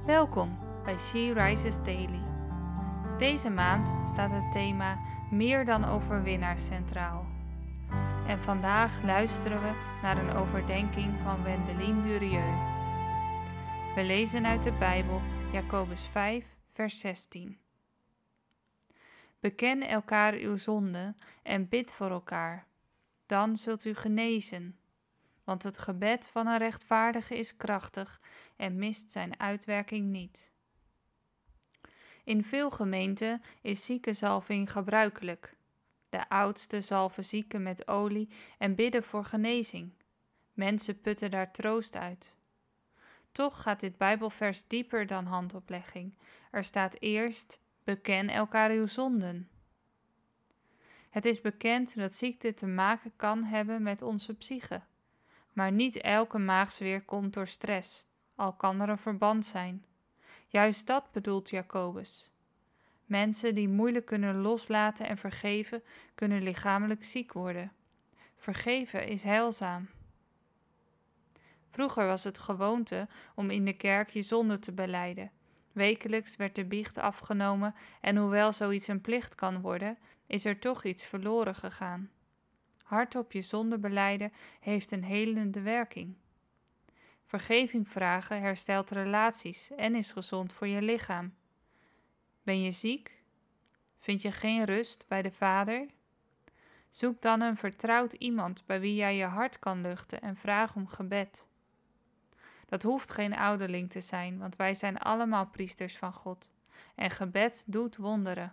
Welkom bij She Rises Daily. Deze maand staat het thema Meer dan overwinnaars centraal. En vandaag luisteren we naar een overdenking van Wendelin Durieux. We lezen uit de Bijbel Jacobus 5, vers 16. Beken elkaar uw zonden en bid voor elkaar. Dan zult u genezen. Want het gebed van een rechtvaardige is krachtig en mist zijn uitwerking niet. In veel gemeenten is ziekenzalving gebruikelijk. De oudsten zalven zieken met olie en bidden voor genezing. Mensen putten daar troost uit. Toch gaat dit Bijbelvers dieper dan handoplegging. Er staat eerst: beken elkaar uw zonden. Het is bekend dat ziekte te maken kan hebben met onze psyche. Maar niet elke maagzweer komt door stress, al kan er een verband zijn. Juist dat bedoelt Jacobus. Mensen die moeilijk kunnen loslaten en vergeven, kunnen lichamelijk ziek worden. Vergeven is heilzaam. Vroeger was het gewoonte om in de kerk je zonde te belijden. Wekelijks werd de biecht afgenomen en hoewel zoiets een plicht kan worden, is er toch iets verloren gegaan. Hardop je zonde belijden heeft een helende werking. Vergeving vragen herstelt relaties en is gezond voor je lichaam. Ben je ziek? Vind je geen rust bij de Vader? Zoek dan een vertrouwd iemand bij wie jij je hart kan luchten en vraag om gebed. Dat hoeft geen ouderling te zijn, want wij zijn allemaal priesters van God. En gebed doet wonderen.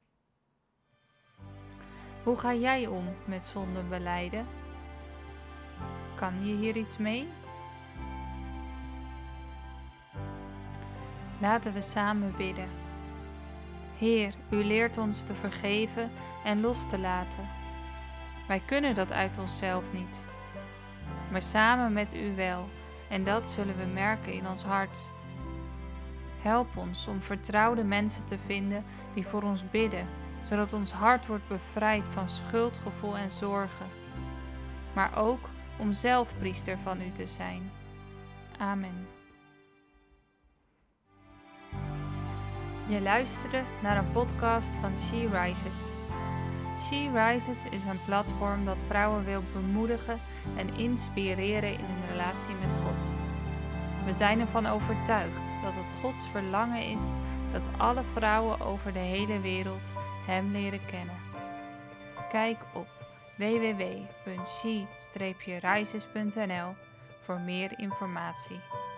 Hoe ga jij om met zonde belijden? Kan je hier iets mee? Laten we samen bidden. Heer, u leert ons te vergeven en los te laten. Wij kunnen dat uit onszelf niet, maar samen met u wel, en dat zullen we merken in ons hart. Help ons om vertrouwde mensen te vinden die voor ons bidden, zodat ons hart wordt bevrijd van schuldgevoel en zorgen, maar ook om zelf priester van u te zijn. Amen. Je luisterde naar een podcast van She Rises. She Rises is een platform dat vrouwen wil bemoedigen en inspireren in hun relatie met God. We zijn ervan overtuigd dat het Gods verlangen is dat alle vrouwen over de hele wereld Hem leren kennen. Kijk op www.she-rises.nl voor meer informatie.